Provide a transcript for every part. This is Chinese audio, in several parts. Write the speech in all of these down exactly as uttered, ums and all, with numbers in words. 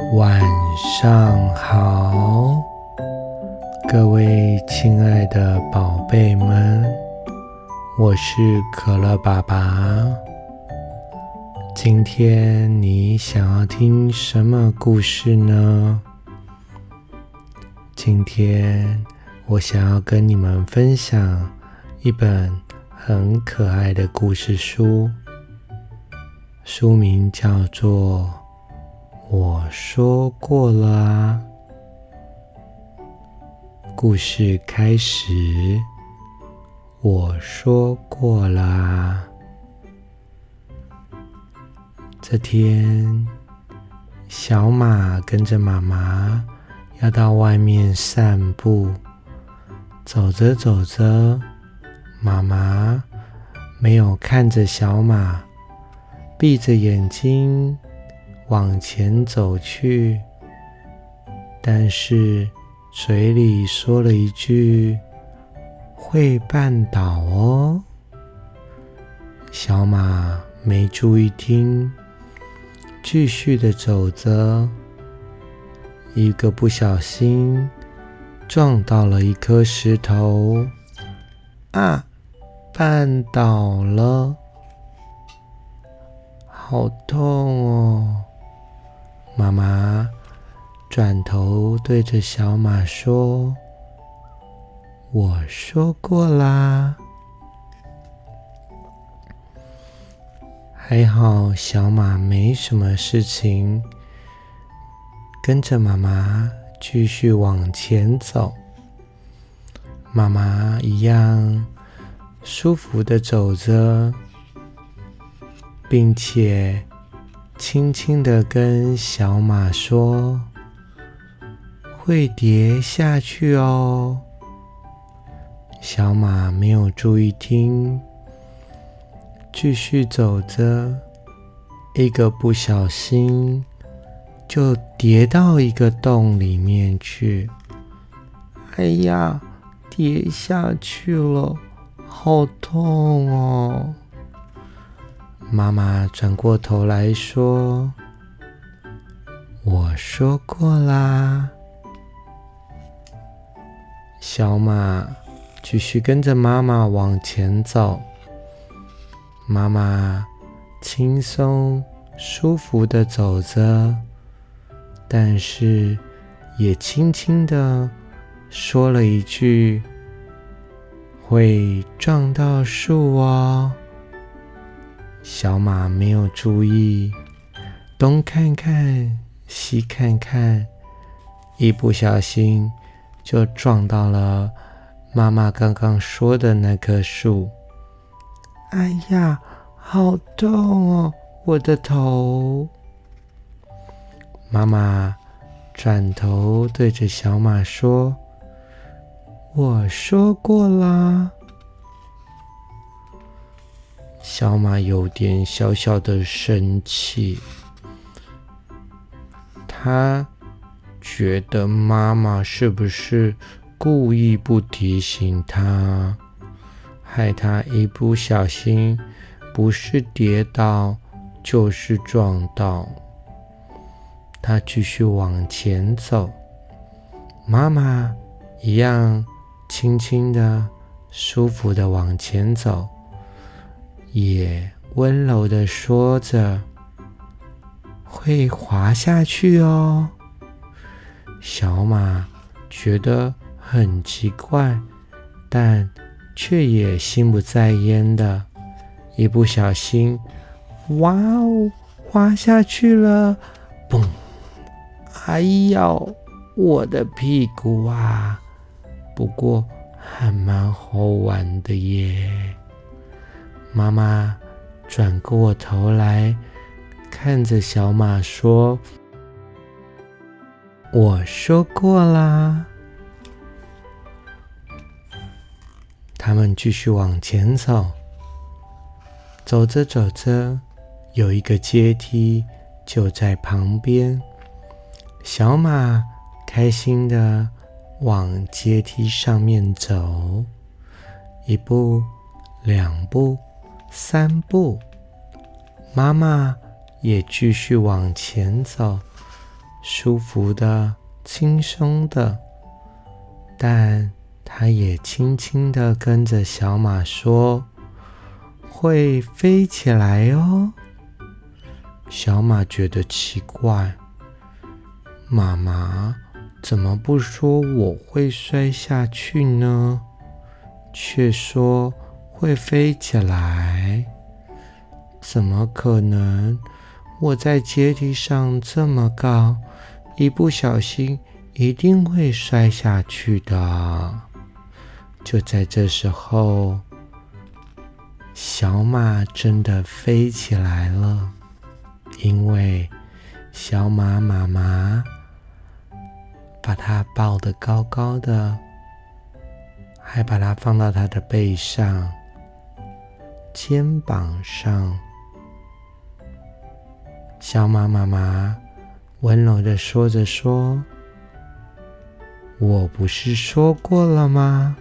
晚上好，各位亲爱的宝贝们，我是可乐爸爸。今天你想要听什么故事呢？今天我想要跟你们分享一本很可爱的故事书，书名叫做我说过了啊。故事开始，我说过了啊。这天，小马跟着妈妈要到外面散步，走着走着，妈妈没有看着小马，闭着眼睛往前走去，但是嘴里说了一句会绊倒哦。小马没注意听，继续的走着，一个不小心撞到了一颗石头，啊，绊倒了，好痛哦。妈妈转头对着小马说，我说过啦。还好小马没什么事情，跟着妈妈继续往前走。妈妈一样舒服地走着，并且轻轻地跟小马说，会跌下去哦。小马没有注意听，继续走着，一个不小心就跌到一个洞里面去。哎呀，跌下去了，好痛哦。妈妈转过头来说，我说过啦。小马继续跟着妈妈往前走，妈妈轻松舒服地走着，但是也轻轻地说了一句，会撞到树哦。小马没有注意，东看看西看看，一不小心就撞到了妈妈刚刚说的那棵树。哎呀，好痛哦，我的头。妈妈转头对着小马说，我说过啦。小马有点小小的生气，他觉得妈妈是不是故意不提醒他，害他一不小心不是跌倒就是撞到。他继续往前走，妈妈一样轻轻的舒服的往前走，也温柔的说着，会滑下去哦。小马觉得很奇怪，但却也心不在焉的，一不小心，哇哦，滑下去了，嘣！哎呀，我的屁股啊！不过还蛮好玩的耶。妈妈转过头来，看着小马说，我说过啦。他们继续往前走，走着走着，有一个阶梯就在旁边。小马开心地往阶梯上面走，一步，两步，三步，妈妈也继续往前走， 舒服的、轻松的，但它也轻轻地跟着小马说：“会飞起来哦。”小马觉得奇怪，妈妈怎么不说我会摔下去呢？却说会飞起来，怎么可能？我在阶梯上这么高，一不小心一定会摔下去的。就在这时候，小马真的飞起来了，因为小马妈妈把它抱得高高的，还把它放到它的背上、肩膀上。小马妈妈温柔地说着说：“我不是说过了吗？”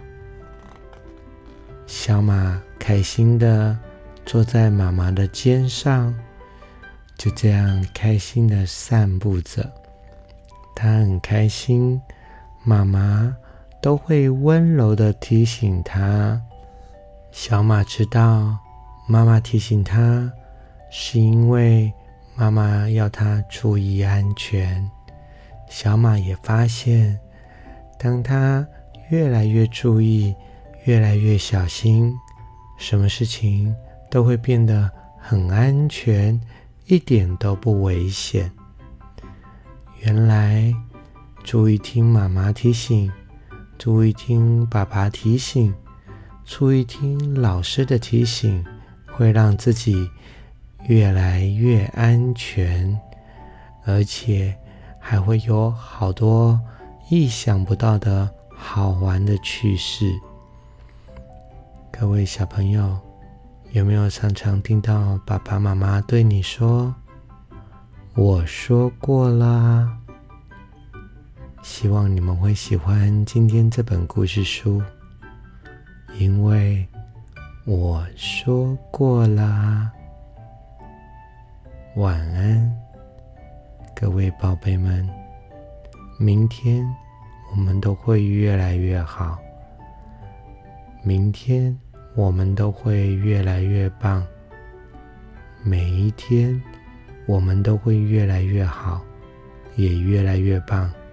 小马开心地坐在妈妈的肩上，就这样开心地散步着。它很开心，妈妈都会温柔地提醒它。小马知道，妈妈提醒它，是因为妈妈要它注意安全。小马也发现，当它越来越注意，越来越小心，什么事情都会变得很安全，一点都不危险。原来，注意听妈妈提醒，注意听爸爸提醒，注意听老师的提醒，会让自己越来越安全，而且还会有好多意想不到的好玩的趣事。各位小朋友，有没有常常听到爸爸妈妈对你说：“我说过啦？”希望你们会喜欢今天这本故事书，因为我说过啦。晚安，各位宝贝们，明天我们都会越来越好，明天我们都会越来越棒，每一天我们都会越来越好，也越来越棒。